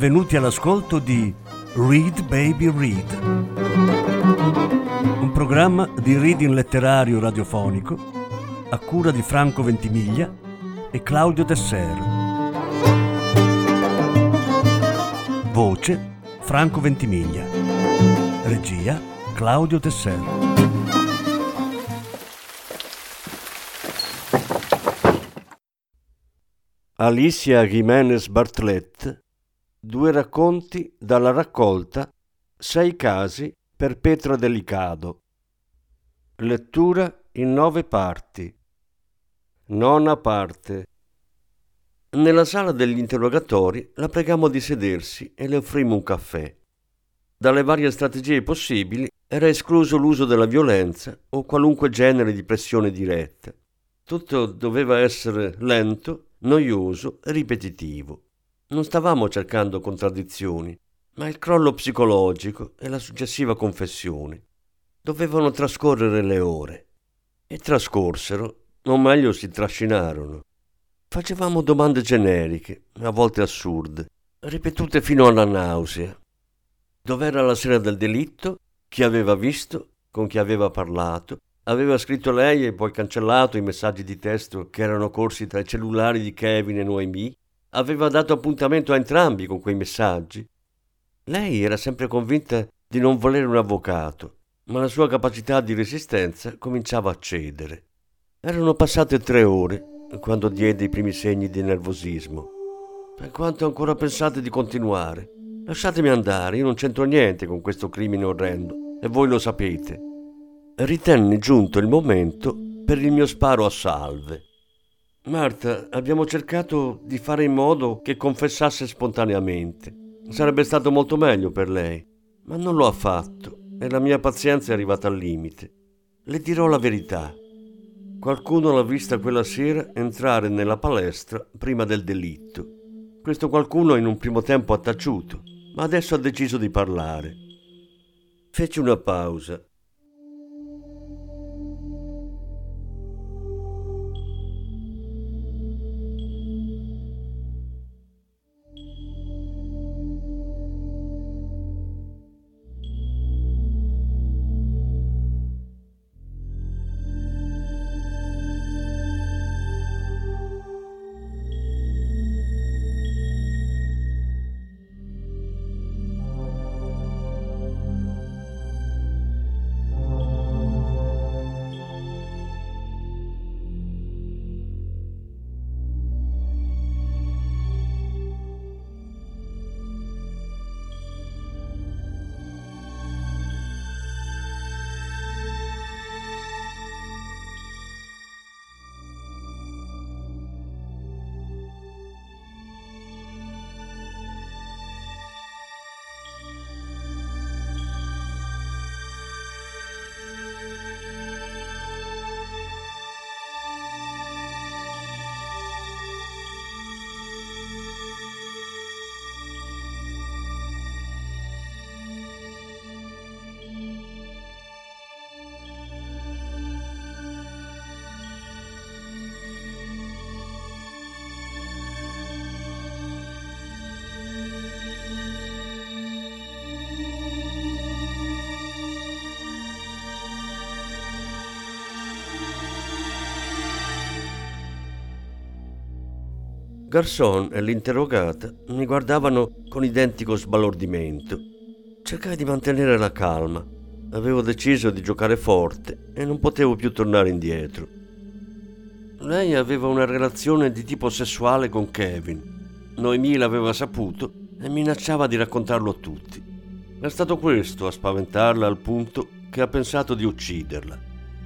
benvenuti all'ascolto di Read Baby Read, un programma di reading letterario radiofonico a cura di Franco Ventimiglia e Claudio Desser. Voce Franco Ventimiglia. Regia Claudio Desser. Alicia Jiménez Bartlett. 2 racconti dalla raccolta 6 casi per Petra Delicado. Lettura in 9 parti. Nona parte. Nella sala degli interrogatori la pregammo di sedersi e le offrimmo un caffè. Dalle varie strategie possibili era escluso l'uso della violenza o qualunque genere di pressione diretta. Tutto doveva essere lento, noioso e ripetitivo. Non stavamo cercando contraddizioni, ma il crollo psicologico e la successiva confessione. Dovevano trascorrere le ore. E trascorsero, o meglio si trascinarono. Facevamo domande generiche, a volte assurde, ripetute fino alla nausea. Dov'era la sera del delitto? Chi aveva visto? Con chi aveva parlato? Aveva scritto lei e poi cancellato i messaggi di testo che erano corsi tra i cellulari di Kevin e Noemi? Aveva dato appuntamento a entrambi con quei messaggi? Lei era sempre convinta di non volere un avvocato, ma la sua capacità di resistenza cominciava a cedere. Erano passate 3 ore quando diede i primi segni di nervosismo. Per quanto ancora pensate di continuare? Lasciatemi andare, io non c'entro niente con questo crimine orrendo, e voi lo sapete. Ritenni giunto il momento per il mio sparo a salve. Marta, abbiamo cercato di fare in modo che confessasse spontaneamente. Sarebbe stato molto meglio per lei, ma non lo ha fatto e la mia pazienza è arrivata al limite. Le dirò la verità. Qualcuno l'ha vista quella sera entrare nella palestra prima del delitto. Questo qualcuno in un primo tempo ha taciuto, ma adesso ha deciso di parlare. Fece una pausa. Garçon e l'interrogata mi guardavano con identico sbalordimento. Cercai di mantenere la calma. Avevo deciso di giocare forte e non potevo più tornare indietro. Lei aveva una relazione di tipo sessuale con Kevin. Noemi l'aveva saputo e minacciava di raccontarlo a tutti. È stato questo a spaventarla al punto che ha pensato di ucciderla.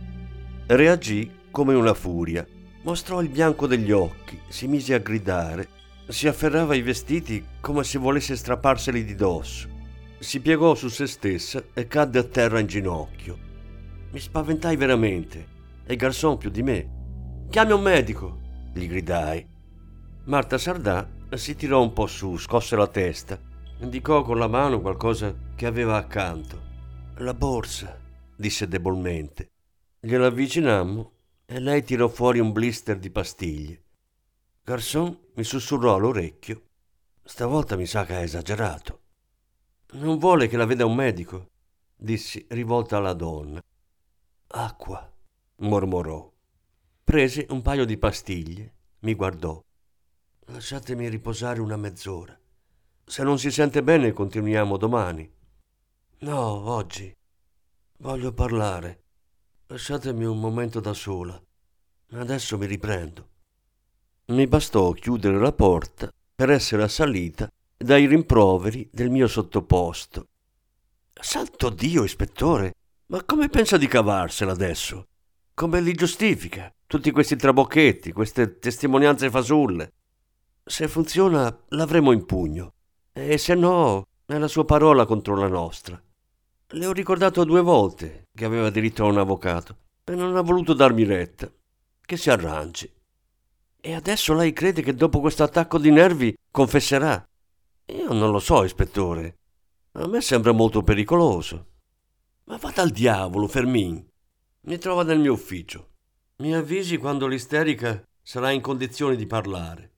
Reagì come una furia. Mostrò il bianco degli occhi, si mise a gridare, si afferrava i vestiti come se volesse strapparseli di dosso. Si piegò su se stessa e cadde a terra in ginocchio. Mi spaventai veramente, e Garçon più di me. «Chiami un medico!» gli gridai. Marta Sardà si tirò un po' su, scosse la testa, indicò con la mano qualcosa che aveva accanto. «La borsa», disse debolmente. Gliela avvicinammo e lei tirò fuori un blister di pastiglie. Garçon mi sussurrò all'orecchio: Stavolta mi sa che ha esagerato. Non vuole che la veda un medico? Dissi, rivolta alla donna. Acqua, mormorò. Prese un paio di pastiglie, mi guardò. Lasciatemi riposare una mezz'ora. Se non si sente bene continuiamo domani. No, oggi. Voglio parlare. Lasciatemi un momento da sola. Adesso mi riprendo. Mi bastò chiudere la porta per essere assalita dai rimproveri del mio sottoposto. Santo Dio, ispettore, ma come pensa di cavarsela adesso? Come li giustifica? Tutti questi trabocchetti, queste testimonianze fasulle. Se funziona, l'avremo in pugno. E se no, è la sua parola contro la nostra. Le ho ricordato 2 volte che aveva diritto a un avvocato e non ha voluto darmi retta. Che si arrangi. E adesso lei crede che dopo questo attacco di nervi confesserà? Io non lo so, ispettore. A me sembra molto pericoloso. Ma vada al diavolo, Fermin. Mi trova nel mio ufficio. Mi avvisi quando l'isterica sarà in condizioni di parlare.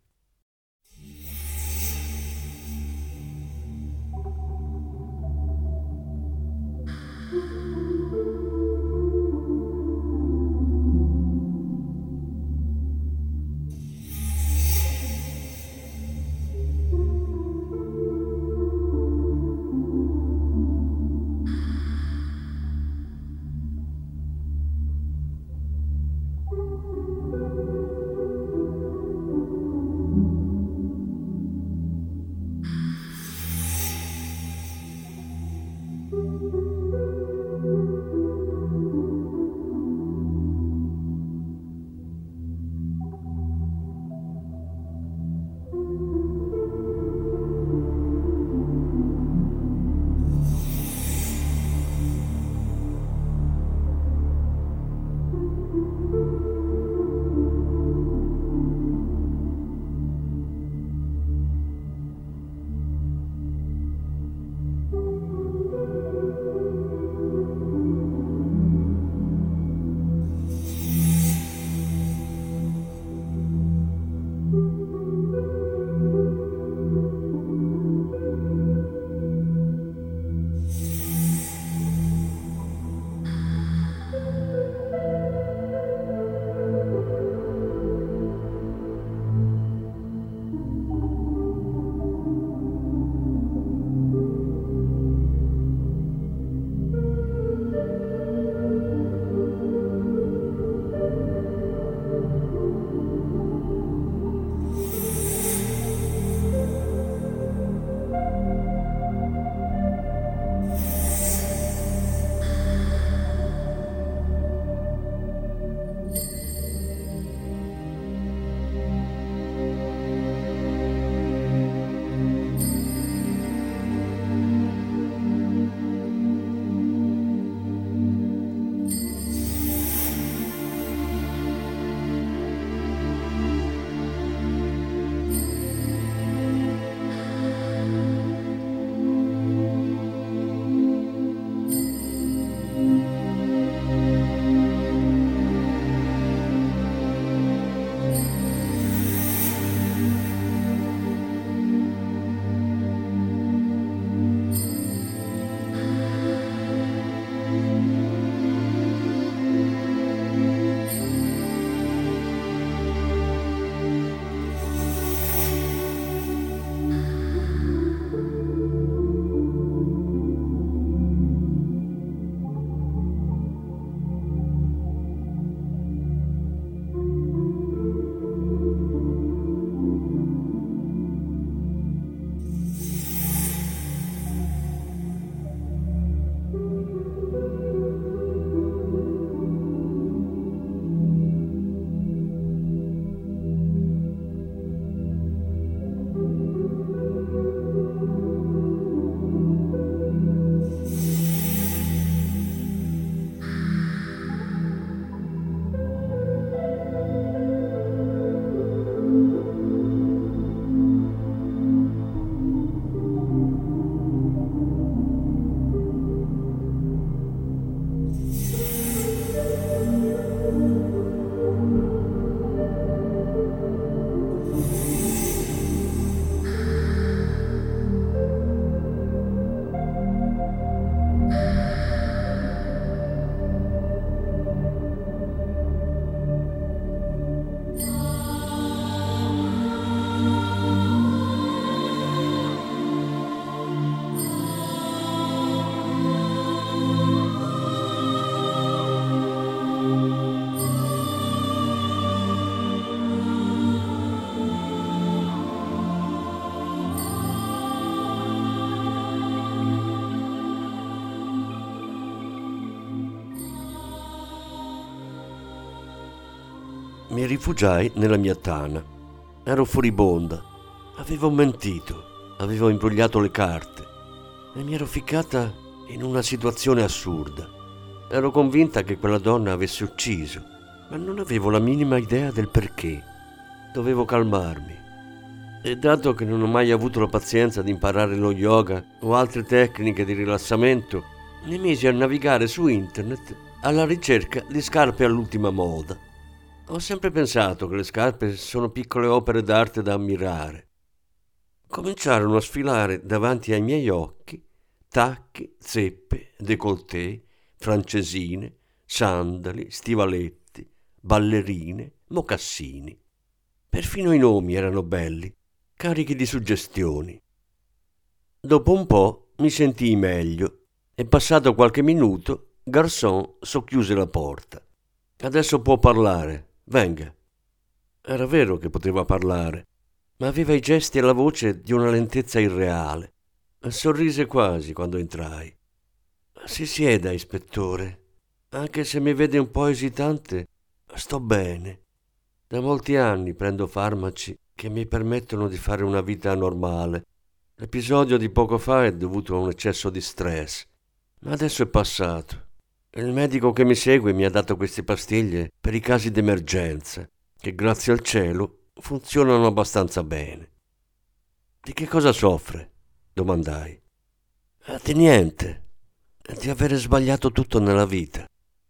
mi rifugiai nella mia tana. Ero furibonda. Avevo mentito, avevo imbrogliato le carte e mi ero ficcata in una situazione assurda. Ero convinta che quella donna avesse ucciso, ma non avevo la minima idea del perché. Dovevo calmarmi. E dato che non ho mai avuto la pazienza di imparare lo yoga o altre tecniche di rilassamento, mi misi a navigare su internet alla ricerca di scarpe all'ultima moda. Ho sempre pensato che le scarpe sono piccole opere d'arte da ammirare. Cominciarono a sfilare davanti ai miei occhi tacchi, zeppe, décolleté, francesine, sandali, stivaletti, ballerine, mocassini. Perfino i nomi erano belli, carichi di suggestioni. Dopo un po' mi sentii meglio e passato qualche minuto Garçon socchiuse la porta. Adesso può parlare, venga. Era vero che poteva parlare, ma aveva i gesti e la voce di una lentezza irreale. Sorrise quasi quando entrai. Si sieda, ispettore. Anche se mi vede un po' esitante, sto bene. Da molti anni prendo farmaci che mi permettono di fare una vita normale. L'episodio di poco fa è dovuto a un eccesso di stress, ma adesso è passato. Il medico che mi segue mi ha dato queste pastiglie per i casi d'emergenza, che grazie al cielo funzionano abbastanza bene. Di che cosa soffre? Domandai. Di niente, di avere sbagliato tutto nella vita.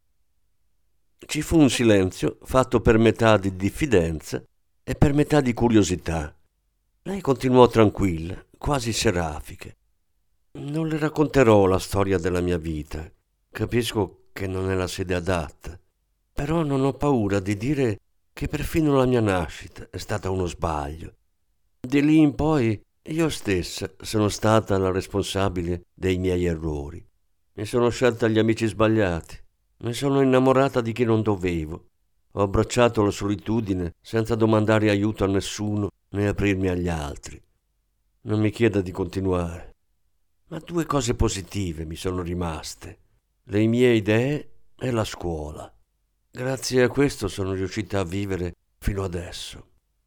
Ci fu un silenzio fatto per metà di diffidenza e per metà di curiosità. Lei continuò tranquilla, quasi serafica. Non le racconterò la storia della mia vita. Capisco che non è la sede adatta, però non ho paura di dire che perfino la mia nascita è stata uno sbaglio. Di lì in poi io stessa sono stata la responsabile dei miei errori. Mi sono scelta gli amici sbagliati. Mi sono innamorata di chi non dovevo. Ho abbracciato la solitudine senza domandare aiuto a nessuno né aprirmi agli altri. Non mi chieda di continuare. Ma 2 cose positive mi sono rimaste: le mie idee e la scuola. Grazie a questo sono riuscita a vivere fino adesso.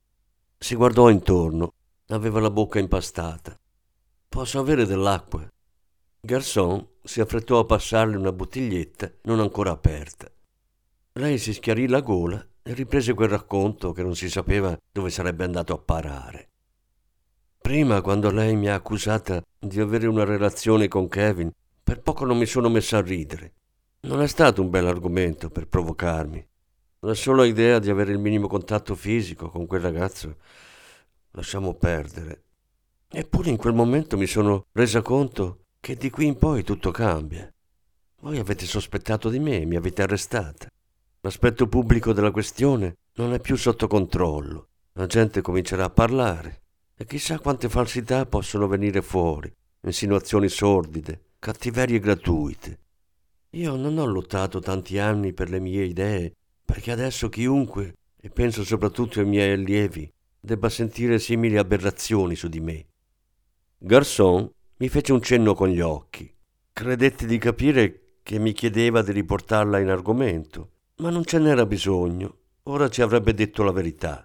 Si guardò intorno. Aveva la bocca impastata. Posso avere dell'acqua? Garçon si affrettò a passarle una bottiglietta non ancora aperta. Lei si schiarì la gola e riprese quel racconto che non si sapeva dove sarebbe andato a parare. Prima, quando lei mi ha accusata di avere una relazione con Kevin, per poco non mi sono messa a ridere. Non è stato un bel argomento per provocarmi. La sola idea di avere il minimo contatto fisico con quel ragazzo, lasciamo perdere. Eppure in quel momento mi sono resa conto che di qui in poi tutto cambia. Voi avete sospettato di me e mi avete arrestata. L'aspetto pubblico della questione non è più sotto controllo. La gente comincerà a parlare e chissà quante falsità possono venire fuori, insinuazioni sordide, cattiverie gratuite. Io non ho lottato tanti anni per le mie idee, perché adesso chiunque, e penso soprattutto ai miei allievi, debba sentire simili aberrazioni su di me. Garçon mi fece un cenno con gli occhi. Credetti di capire che mi chiedeva di riportarla in argomento, ma non ce n'era bisogno. Ora ci avrebbe detto la verità.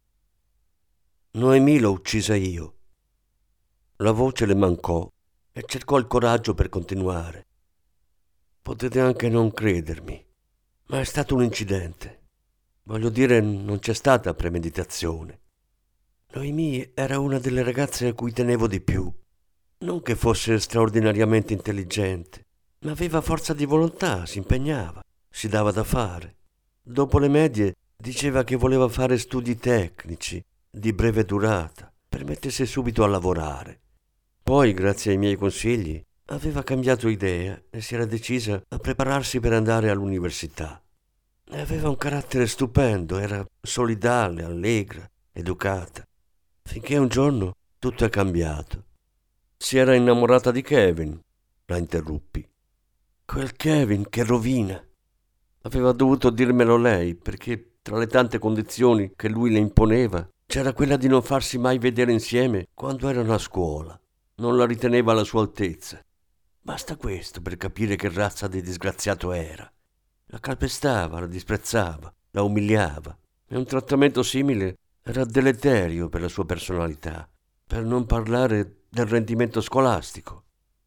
Noemi l'ho uccisa io. La voce le mancò e cercò il coraggio per continuare. Potete anche non credermi, ma è stato un incidente. Voglio dire, non c'è stata premeditazione. Noemi era una delle ragazze a cui tenevo di più. Non che fosse straordinariamente intelligente, ma aveva forza di volontà, si impegnava, si dava da fare. Dopo le medie diceva che voleva fare studi tecnici, di breve durata, per mettersi subito a lavorare. Poi, grazie ai miei consigli, aveva cambiato idea e si era decisa a prepararsi per andare all'università. Aveva un carattere stupendo, era solidale, allegra, educata, finché un giorno tutto è cambiato. Si era innamorata di Kevin, la interruppi. Quel Kevin che rovina. Aveva dovuto dirmelo lei, perché tra le tante condizioni che lui le imponeva c'era quella di non farsi mai vedere insieme quando erano a scuola. Non la riteneva alla sua altezza. Basta questo per capire che razza di disgraziato era. La calpestava, la disprezzava, la umiliava e un trattamento simile era deleterio per la sua personalità, per non parlare del rendimento scolastico.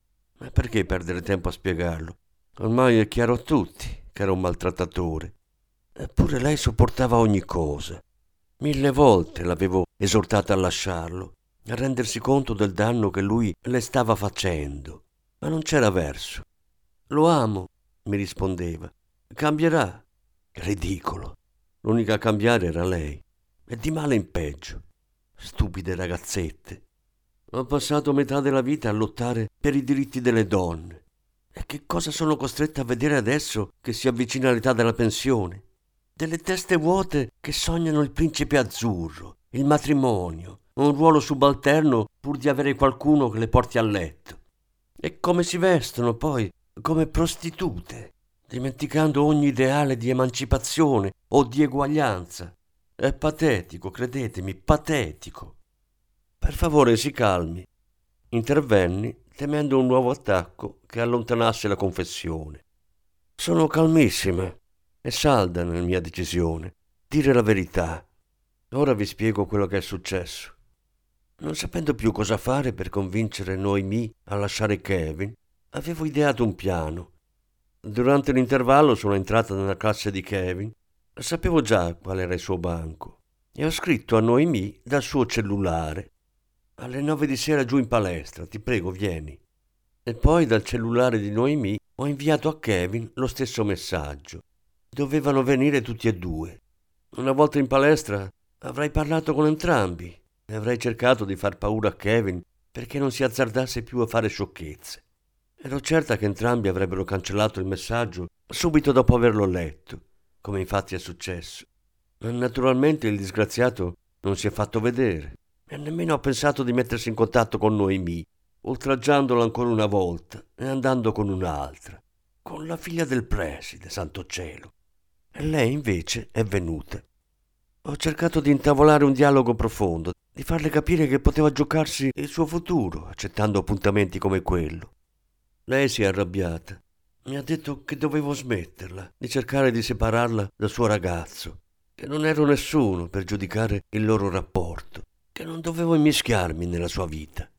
Ma perché perdere tempo a spiegarlo? Ormai è chiaro a tutti che era un maltrattatore. Eppure lei sopportava ogni cosa. 1000 volte l'avevo esortata a lasciarlo, a rendersi conto del danno che lui le stava facendo. Ma non c'era verso. Lo amo, mi rispondeva. Cambierà. Ridicolo. L'unica a cambiare era lei. E di male in peggio. Stupide ragazzette. Ho passato metà della vita a lottare per i diritti delle donne. E che cosa sono costretta a vedere adesso che si avvicina l'età della pensione? Delle teste vuote che sognano il principe azzurro, il matrimonio, un ruolo subalterno pur di avere qualcuno che le porti a letto. E come si vestono poi, come prostitute, dimenticando ogni ideale di emancipazione o di eguaglianza. È patetico, credetemi, patetico. Per favore si calmi. Intervenni temendo un nuovo attacco che allontanasse la confessione. Sono calmissima e salda nella mia decisione. Dire la verità. Ora vi spiego quello che è successo. Non sapendo più cosa fare per convincere Noemi a lasciare Kevin, avevo ideato un piano. Durante l'intervallo sono entrata nella classe di Kevin. Sapevo già qual era il suo banco e ho scritto a Noemi dal suo cellulare. Alle 9 di sera giù in palestra, ti prego, vieni. E poi dal cellulare di Noemi ho inviato a Kevin lo stesso messaggio. Dovevano venire tutti e due. Una volta in palestra avrei parlato con entrambi e avrei cercato di far paura a Kevin perché non si azzardasse più a fare sciocchezze. Ero certa che entrambi avrebbero cancellato il messaggio subito dopo averlo letto, come infatti è successo. Ma naturalmente il disgraziato non si è fatto vedere e nemmeno ha pensato di mettersi in contatto con Noemi, oltraggiandola ancora una volta e andando con un'altra, con la figlia del preside, santo cielo. E lei invece è venuta. Ho cercato di intavolare un dialogo profondo, di farle capire che poteva giocarsi il suo futuro, accettando appuntamenti come quello. Lei si è arrabbiata. Mi ha detto che dovevo smetterla, di cercare di separarla dal suo ragazzo, che non ero nessuno per giudicare il loro rapporto, che non dovevo immischiarmi nella sua vita.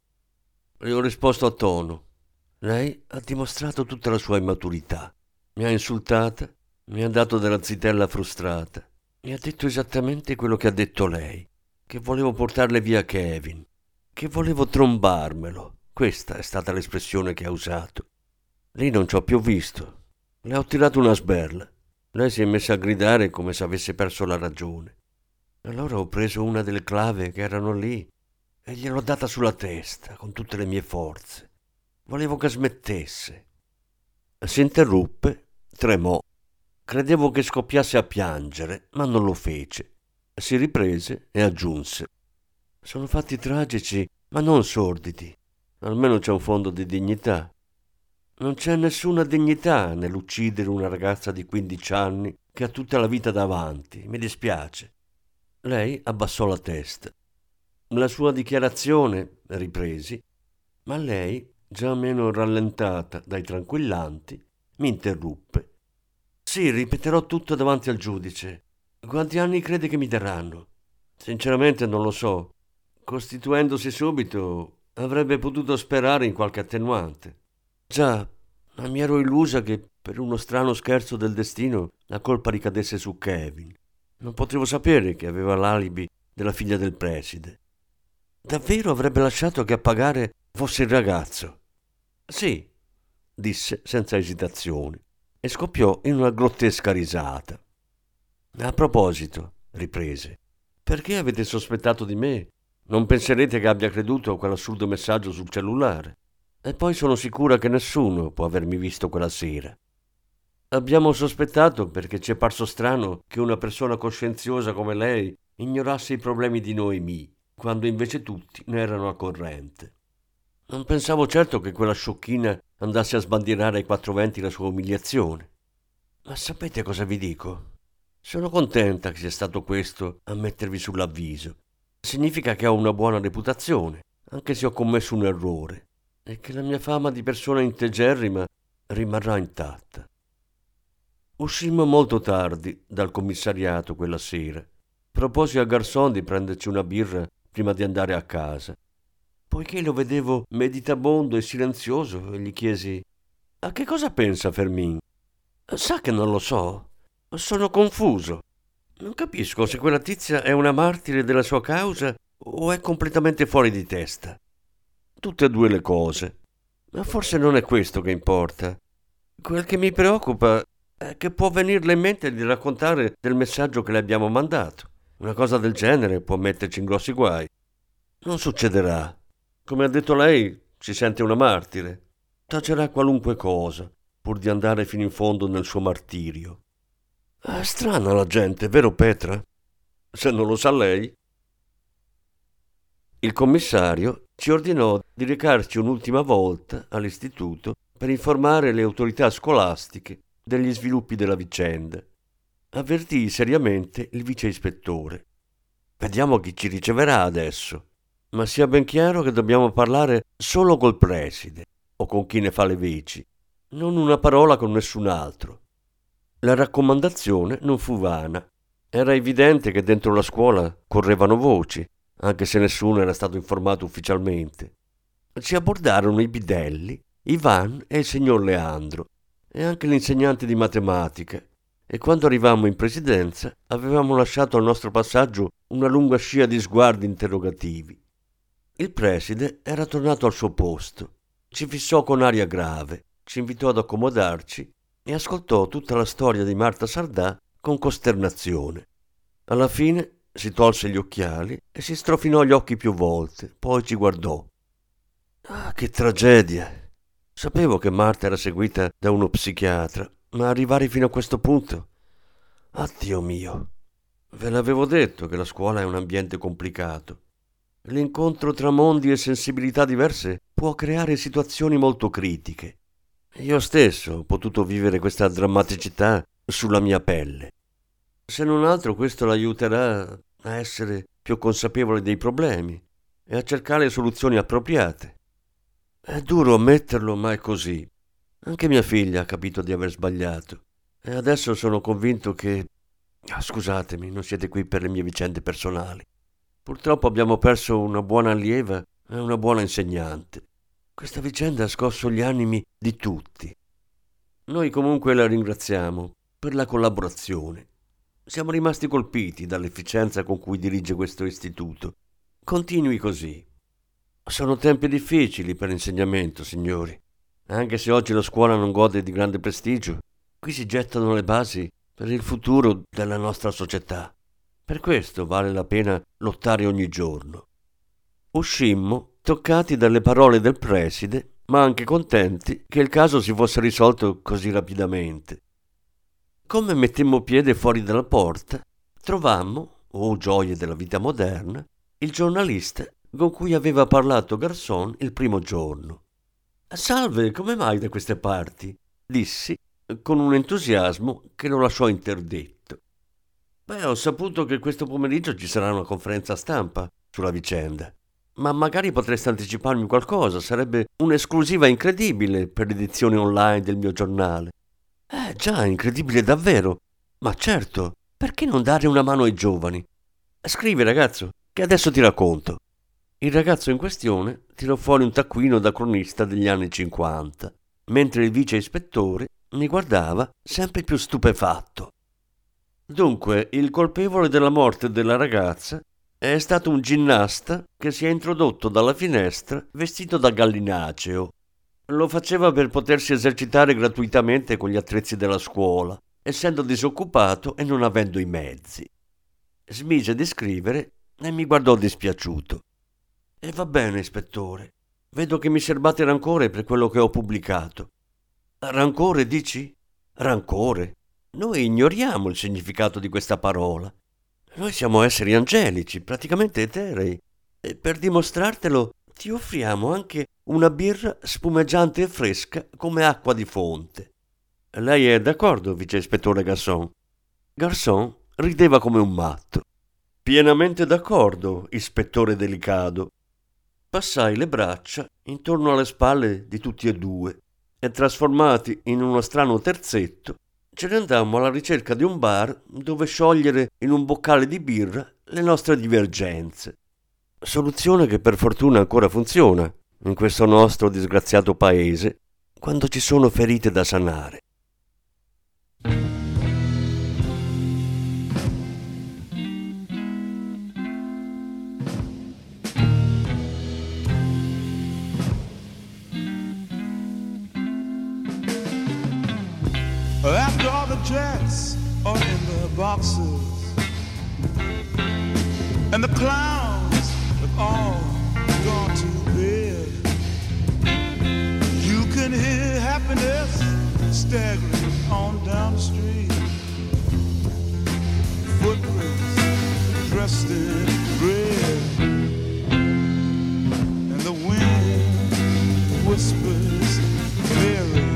Le ho risposto a tono. Lei ha dimostrato tutta la sua immaturità. Mi ha insultata, mi ha dato della zitella frustrata. Mi ha detto esattamente quello che ha detto lei, che volevo portarle via Kevin, che volevo trombarmelo. Questa è stata l'espressione che ha usato. Lì non ci ho più visto. Le ho tirato una sberla. Lei si è messa a gridare come se avesse perso la ragione. Allora ho preso una delle clave che erano lì e gliel'ho data sulla testa con tutte le mie forze. Volevo che smettesse. Si interruppe, tremò. Credevo che scoppiasse a piangere, ma non lo fece. Si riprese e aggiunse: sono fatti tragici, ma non sordidi. Almeno c'è un fondo di dignità. Non c'è nessuna dignità nell'uccidere una ragazza di 15 anni che ha tutta la vita davanti. Mi dispiace. Lei abbassò la testa. La sua dichiarazione, ripresi, ma lei, già meno rallentata dai tranquillanti, mi interruppe. Sì, ripeterò tutto davanti al giudice. Quanti anni crede che mi daranno? Sinceramente non lo so. Costituendosi subito, avrebbe potuto sperare in qualche attenuante. Già, ma mi ero illusa che per uno strano scherzo del destino la colpa ricadesse su Kevin. Non potevo sapere che aveva l'alibi della figlia del preside. Davvero avrebbe lasciato che a pagare fosse il ragazzo? Sì, disse senza esitazione e scoppiò in una grottesca risata. A proposito, riprese, perché avete sospettato di me? Non penserete che abbia creduto a quell'assurdo messaggio sul cellulare? E poi sono sicura che nessuno può avermi visto quella sera. Abbiamo sospettato perché ci è parso strano che una persona coscienziosa come lei ignorasse i problemi di Noemi, quando invece tutti ne erano a corrente. Non pensavo certo che quella sciocchina andasse a sbandierare ai 4 venti la sua umiliazione. Ma sapete cosa vi dico? Sono contenta che sia stato questo a mettervi sull'avviso. Significa che ho una buona reputazione, anche se ho commesso un errore, e che la mia fama di persona integerrima rimarrà intatta. Uscimmo molto tardi dal commissariato quella sera. proposi al garçon di prenderci una birra prima di andare a casa. Poiché lo vedevo meditabondo e silenzioso, gli chiesi: «A che cosa pensa Fermin?» «Sa che non lo so. Sono confuso. Non capisco se quella tizia è una martire della sua causa o è completamente fuori di testa. Tutte e due le cose. Ma forse non è questo che importa. Quel che mi preoccupa è che può venirle in mente di raccontare del messaggio che le abbiamo mandato. Una cosa del genere può metterci in grossi guai. Non succederà. Come ha detto lei, si sente una martire. Tacerà qualunque cosa, pur di andare fino in fondo nel suo martirio. È strana la gente, vero Petra? Se non lo sa lei». Il commissario ci ordinò di recarci un'ultima volta all'istituto per informare le autorità scolastiche degli sviluppi della vicenda. Avvertì seriamente il vice ispettore. «Vediamo chi ci riceverà adesso, ma sia ben chiaro che dobbiamo parlare solo col preside o con chi ne fa le veci, non una parola con nessun altro». La raccomandazione non fu vana. Era evidente che dentro la scuola correvano voci, anche se nessuno era stato informato ufficialmente. Ci abbordarono i bidelli, Ivan e il signor Leandro, e anche l'insegnante di matematica, e quando arrivammo in presidenza avevamo lasciato al nostro passaggio una lunga scia di sguardi interrogativi. Il preside era tornato al suo posto, ci fissò con aria grave, ci invitò ad accomodarci e ascoltò tutta la storia di Marta Sardà con costernazione. Alla fine si tolse gli occhiali e si strofinò gli occhi più volte, poi ci guardò. «Ah, che tragedia! Sapevo che Marta era seguita da uno psichiatra, ma arrivare fino a questo punto... Ah, Dio mio! Ve l'avevo detto che la scuola è un ambiente complicato. L'incontro tra mondi e sensibilità diverse può creare situazioni molto critiche. Io stesso ho potuto vivere questa drammaticità sulla mia pelle. Se non altro questo l'aiuterà a essere più consapevole dei problemi e a cercare soluzioni appropriate. È duro ammetterlo, ma è così. Anche mia figlia ha capito di aver sbagliato e adesso sono convinto che... Scusatemi, non siete qui per le mie vicende personali. Purtroppo abbiamo perso una buona allieva e una buona insegnante. Questa vicenda ha scosso gli animi di tutti. Noi comunque la ringraziamo per la collaborazione. Siamo rimasti colpiti dall'efficienza con cui dirige questo istituto. Continui così. Sono tempi difficili per l'insegnamento, signori. Anche se oggi la scuola non gode di grande prestigio, qui si gettano le basi per il futuro della nostra società. Per questo vale la pena lottare ogni giorno». Uscimmo toccati dalle parole del preside, ma anche contenti che il caso si fosse risolto così rapidamente. Come mettemmo piede fuori dalla porta, trovammo, oh gioie della vita moderna, il giornalista con cui aveva parlato Garçon il primo giorno. «Salve, come mai da queste parti?» dissi, con un entusiasmo che lo lasciò interdetto. «Beh, ho saputo che questo pomeriggio ci sarà una conferenza stampa sulla vicenda. Ma magari potreste anticiparmi qualcosa, sarebbe un'esclusiva incredibile per l'edizione online del mio giornale». Già, incredibile davvero. Ma certo, perché non dare una mano ai giovani? Scrivi, ragazzo, che adesso ti racconto». Il ragazzo in questione tirò fuori un taccuino da cronista degli anni 50, mentre il vice ispettore mi guardava sempre più stupefatto. «Dunque, il colpevole della morte della ragazza è stato un ginnasta che si è introdotto dalla finestra vestito da gallinaceo. Lo faceva per potersi esercitare gratuitamente con gli attrezzi della scuola, essendo disoccupato e non avendo i mezzi». Smise di scrivere e mi guardò dispiaciuto. «E va bene, ispettore. Vedo che mi serbate rancore per quello che ho pubblicato». «Rancore, dici?» «Rancore? Noi ignoriamo il significato di questa parola. Noi siamo esseri angelici, praticamente eterei, e per dimostrartelo ti offriamo anche una birra spumeggiante e fresca come acqua di fonte». «Lei è d'accordo, vice ispettore Garçon?» Garçon rideva come un matto. «Pienamente d'accordo, ispettore Delicado». Passai le braccia intorno alle spalle di tutti e due e, trasformati in uno strano terzetto, ce ne andammo alla ricerca di un bar dove sciogliere in un boccale di birra le nostre divergenze. Soluzione che per fortuna ancora funziona in questo nostro disgraziato paese quando ci sono ferite da sanare. After all the jacks are in the boxes and the clowns have all gone to bed, you can hear happiness staggering on down the street. Footprints dressed in red, and the wind whispers Mary.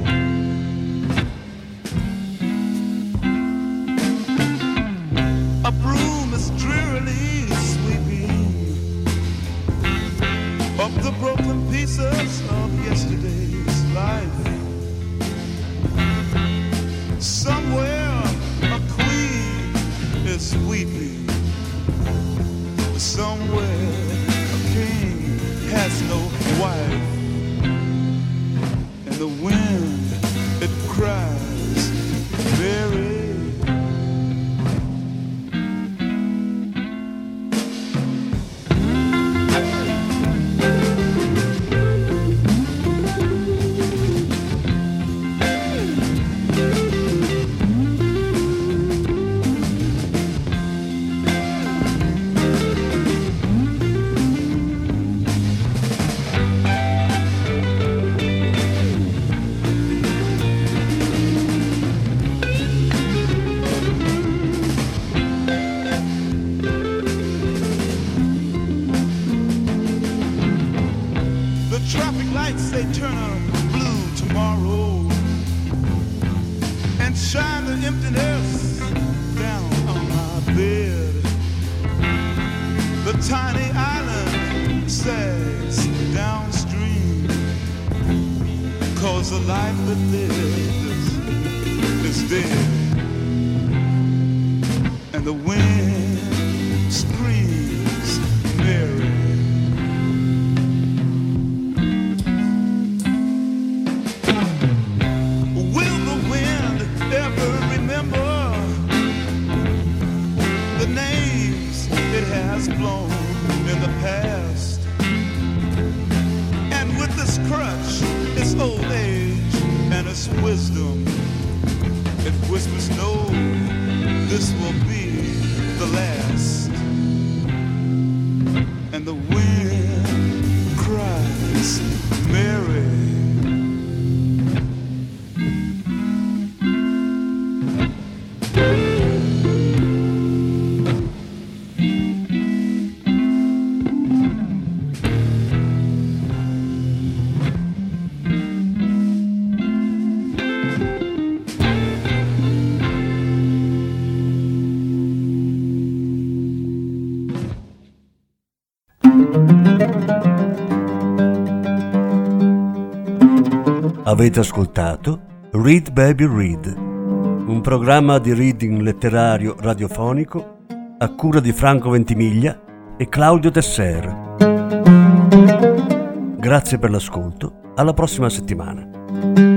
A broom is drearily sweeping up the broken pieces of yesterday's life. Somewhere a queen is weeping. Somewhere a king has no wife. And the wind, it cries, Mary. They turn blue tomorrow and shine the emptiness down on my bed. The tiny island sags downstream, 'cause the life that lives is dead. And the wind screams Mary. Blown in the past, and with this crutch, its old age and its wisdom, it whispers, no, this will be the last. And the wind cries, Mary. Avete ascoltato Read Baby Read, un programma di reading letterario radiofonico a cura di Franco Ventimiglia e Claudio Tesser. Grazie per l'ascolto, alla prossima settimana.